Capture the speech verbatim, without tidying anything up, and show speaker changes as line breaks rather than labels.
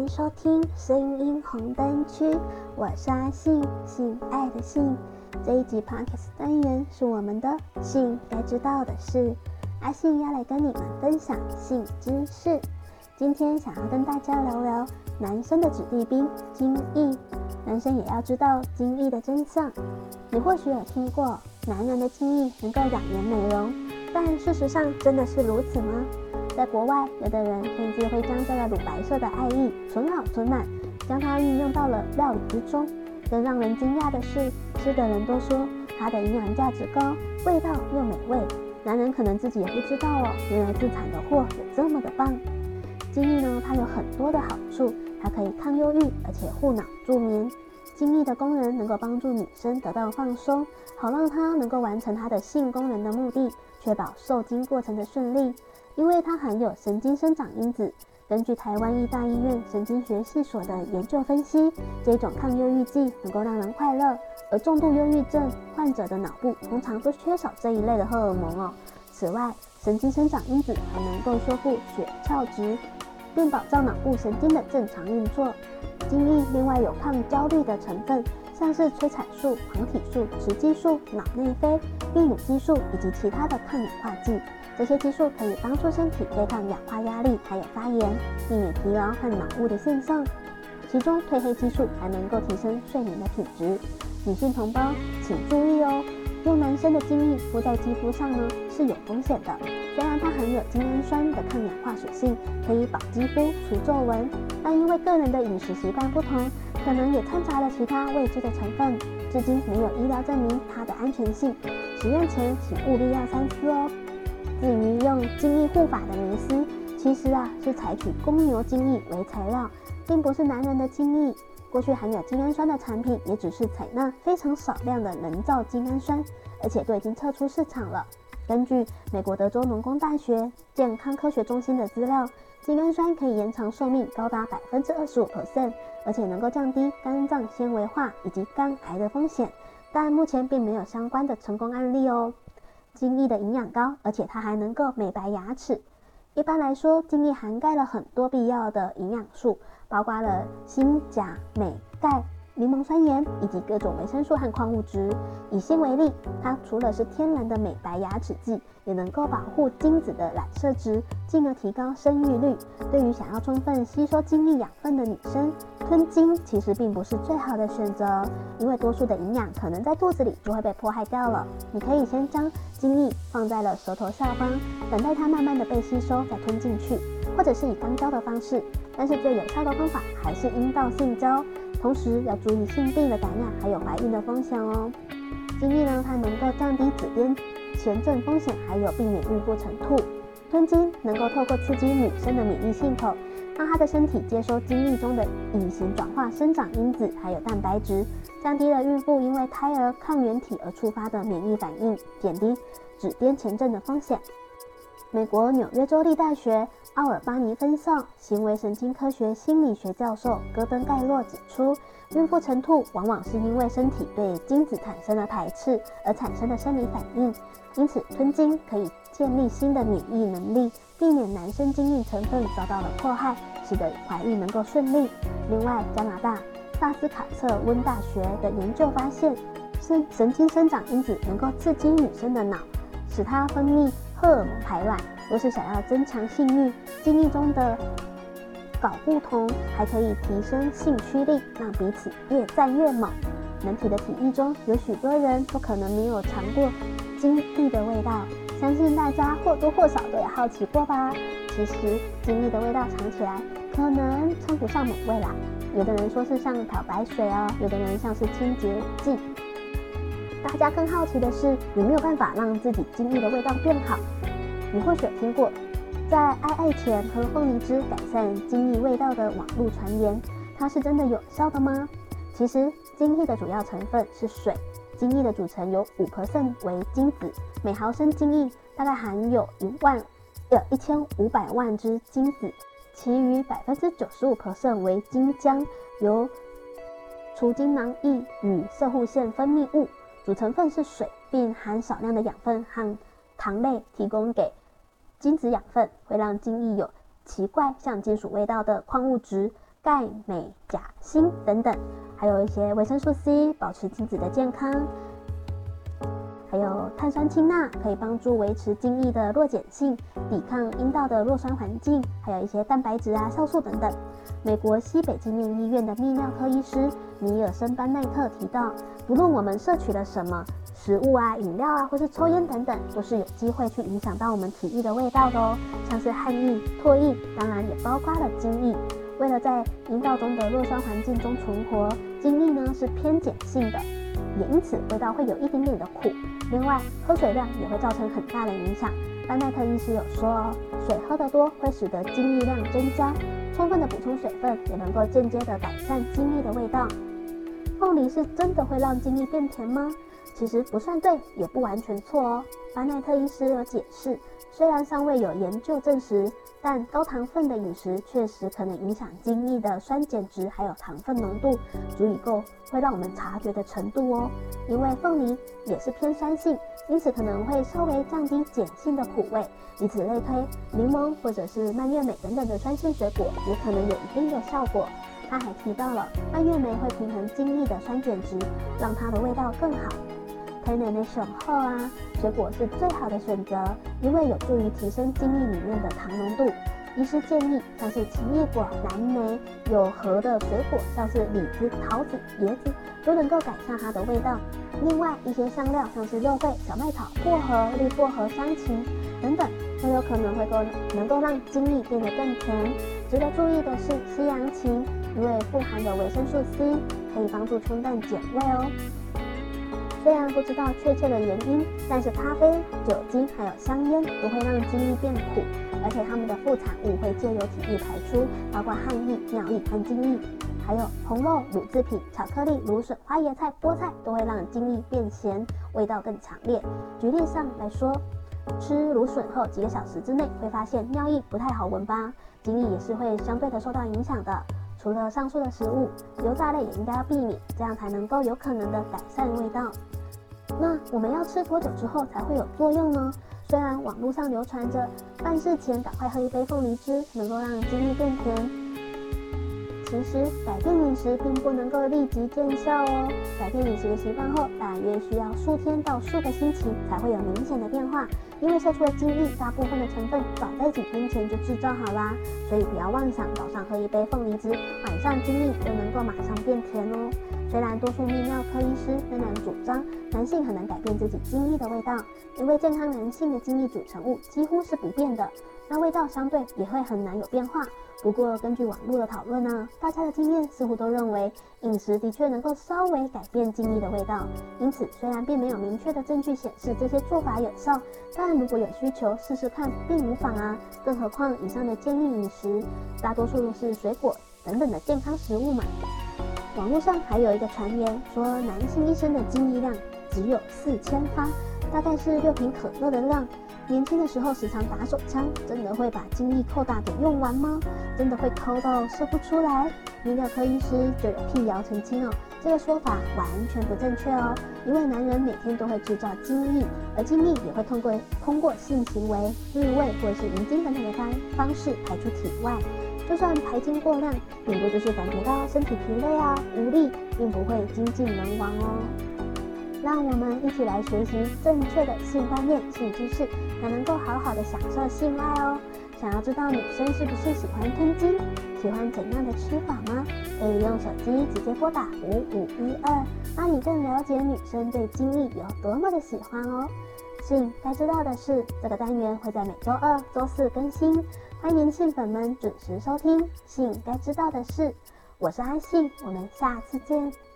迎收听声音红灯区，我是阿信，性爱的性。这一集 Podcast 单元是我们的性该知道的事，阿信要来跟你们分享性知识。今天想要跟大家聊聊男生的子弟兵精液，男生也要知道精液的真相。你或许有听过男人的精液能够养颜美容，但事实上真的是如此吗？在国外，有的人甚至会将这个乳白色的爱液存好存满，将它运用到了料理之中。更让人惊讶的是，吃的人都说它的营养价值高，味道又美味。男人可能自己也不知道哦，原来自产的货有这么的棒。精液呢，它有很多的好处，它可以抗忧郁，而且护脑助眠。精液的功能能够帮助女生得到放松，好让她能够完成她的性功能的目的，确保受精过程的顺利。因为它含有神经生长因子，根据台湾医大医院神经学系所的研究分析，这种抗忧郁剂能够让人快乐，而重度忧郁症患者的脑部通常都缺少这一类的荷尔蒙哦。此外，神经生长因子还能够修复血鞘质，并保障脑部神经的正常运作。精液另外有抗焦虑的成分，像是催产素、黄体素、雌激素、脑内啡、泌乳激素以及其他的抗氧化剂。这些激素可以帮助身体对抗氧化压力还有发炎，避免疲劳和脑雾的现象。其中褪黑激素还能够提升睡眠的品质。女性同胞请注意哦，用男生的精液敷在肌肤上呢是有风险的。虽然它含有精氨酸的抗氧化属性，可以保肌肤除皱纹，但因为个人的饮食习惯不同，可能也掺杂了其他未知的成分，至今没有医疗证明它的安全性。使用前请务必要三思哦。至于用精液护发的迷思，其实啊是采取公牛精液为材料，并不是男人的精液。过去含有精氨酸的产品也只是采纳非常少量的人造精氨酸，而且都已经撤出市场了。根据美国德州农工大学健康科学中心的资料，精氨酸可以延长寿命高达 百分之二十五， 而且能够降低肝脏纤维化以及肝癌的风险，但目前并没有相关的成功案例哦。精液的营养高，而且它还能够美白牙齿。一般来说，精液涵盖了很多必要的营养素，包括了锌、钾、镁、钙、柠檬酸盐以及各种维生素和矿物质。以锌为例，它除了是天然的美白牙齿剂，也能够保护精子的染色质，进而提高生育率。对于想要充分吸收精液养分的女生，吞精其实并不是最好的选择，因为多数的营养可能在肚子里就会被破坏掉了。你可以先将精液放在了舌头下方，等待它慢慢的被吸收再吞进去，或者是以肛交的方式，但是最有效的方法还是阴道性交。同时要注意性病的感染还有怀孕的风险哦。精液呢，它能够降低子痫前症风险，还有避免孕妇晨吐。吞精能够透过刺激女生的免疫系统，让她的身体接收精液中的乙型转化生长因子还有蛋白质，降低了孕妇因为胎儿抗原体而触发的免疫反应，减低子痫前症的风险。美国纽约州立大学奥尔巴尼分校行为神经科学心理学教授戈登盖洛指出，孕妇晨吐往往是因为身体对精子产生了排斥而产生的生理反应，因此吞精可以建立新的免疫能力，避免男生精液成分遭到了迫害，使得怀孕能够顺利。另外，加拿大萨斯卡彻温大学的研究发现，神经生长因子能够刺激女生的脑，使她分泌荷尔蒙排卵。若是想要增强性欲，精液中的睾固酮还可以提升性驱力，让彼此越战越猛。人体的体液中有许多人都可能没有尝过精液的味道，相信大家或多或少都有好奇过吧。其实精液的味道尝起来可能称不上美味啦，有的人说是像漂白水哦，有的人像是清洁剂。大家更好奇的是，有没有办法让自己精液的味道变好？你或许有听过在爱爱前喝凤梨汁改善精液味道的网络传言，它是真的有效的吗？其实精液的主要成分是水，精液的组成有 百分之五 为精子，每毫升精液大概含有一万呃一千五百万只精子，其余 百分之九十五 为精浆，由除精囊液与射护腺分泌物，主成分是水，并含少量的养分和糖类提供给精子养分，会让精液有奇怪像金属味道的矿物质。 钙、镁、钾、锌等等，还有一些维生素 C， 保持精子的健康。还有碳酸氢钠可以帮助维持精液的弱碱性，抵抗阴道的弱酸环境，还有一些蛋白质啊、酵素等等。美国西北纪念医院的泌尿科医师尼尔森班奈特提到，不论我们摄取了什么食物啊、饮料啊，或是抽烟等等，都是有机会去影响到我们体液的味道的哦。像是汗液、唾液，当然也包括了精液。为了在阴道中的弱酸环境中存活，精液呢是偏碱性的，也因此味道会有一点点的苦。另外，喝水量也会造成很大的影响。班奈特医师有说哦，水喝得多会使得精液量增加，充分的补充水分也能够间接的改善精液的味道。凤梨是真的会让精液变甜吗？其实不算对，也不完全错哦。班奈特医师有解释，虽然尚未有研究证实，但高糖分的饮食确实可能影响精液的酸碱值还有糖分浓度，足以够会让我们察觉的程度哦。因为凤梨也是偏酸性，因此可能会稍微降低碱性的苦味。以此类推，柠檬或者是蔓越莓等等的酸性水果也可能有一定的效果。他还提到了蔓越莓会平衡精液的酸碱值，让它的味道更好。推奶奶雄厚啊，水果是最好的选择，因为有助于提升精液里面的糖浓度。医师建议，像是奇异果、蓝莓、有核的水果，像是李子、桃子、椰子，都能够改善它的味道。另外，一些香料，像是肉桂、小麦草、薄荷、绿薄荷、香芹等等，都有可能会够能够让精液变得更甜。值得注意的是西洋芹，因为富含有维生素 C， 可以帮助冲淡碱味哦。虽然不知道确切的原因，但是咖啡、酒精还有香烟都会让精液变苦，而且它们的副产物会借由体液排出，包括汗液、尿液和精液。还有红肉、乳制品、巧克力、芦笋、花椰菜、菠菜都会让精液变咸，味道更强烈。举例上来说，吃芦笋后几个小时之内会发现尿液不太好闻吧，精液也是会相对的受到影响的。除了上述的食物，油炸类也应该要避免，这样才能够有可能的改善味道。那我们要吃多久之后才会有作用呢？虽然网络上流传着办事前赶快喝一杯凤梨汁能够让精液变甜，其实改变饮食并不能够立即见效哦。改变饮食的习惯后，大约需要数天到数个星期才会有明显的变化。因为射出的精液大部分的成分早在几天前就制造好啦，所以不要妄想早上喝一杯凤梨汁，晚上精液就能够马上变甜哦。虽然多数泌尿科医师仍然主张男性很难改变自己精液的味道，因为健康男性的精液组成物几乎是不变的，那味道相对也会很难有变化。不过根据网络的讨论呢，大家的经验似乎都认为饮食的确能够稍微改变精液的味道。因此虽然并没有明确的证据显示这些做法有效，但如果有需求试试看并无妨啊。更何况以上的建议饮食大多数是水果等等的健康食物嘛。网络上还有一个传言说，男性医生的精液量只有四千发，大概是六瓶可乐的量。年轻的时候时常打手枪，真的会把精液扣打给用完吗？真的会抠到射不出来？泌尿科医师就有辟谣澄清哦，这个说法完全不正确哦。因为男人每天都会制造精液，而精液也会通过通过性行为、自慰或者是遗精等等的方方式排出体外。就算排精过量，顶多就是感觉到身体疲累啊、无力，并不会精尽人亡哦。让我们一起来学习正确的性观念、性知识，才能够好好的享受性爱哦。想要知道女生是不是喜欢吞精，喜欢怎样的吃法吗？可以用手机直接拨打五五一二，让你更了解女生对精液有多么的喜欢哦。性该知道的事，这个单元会在每周二、周四更新，欢迎性粉们准时收听。性该知道的事，我是安信，我们下次见。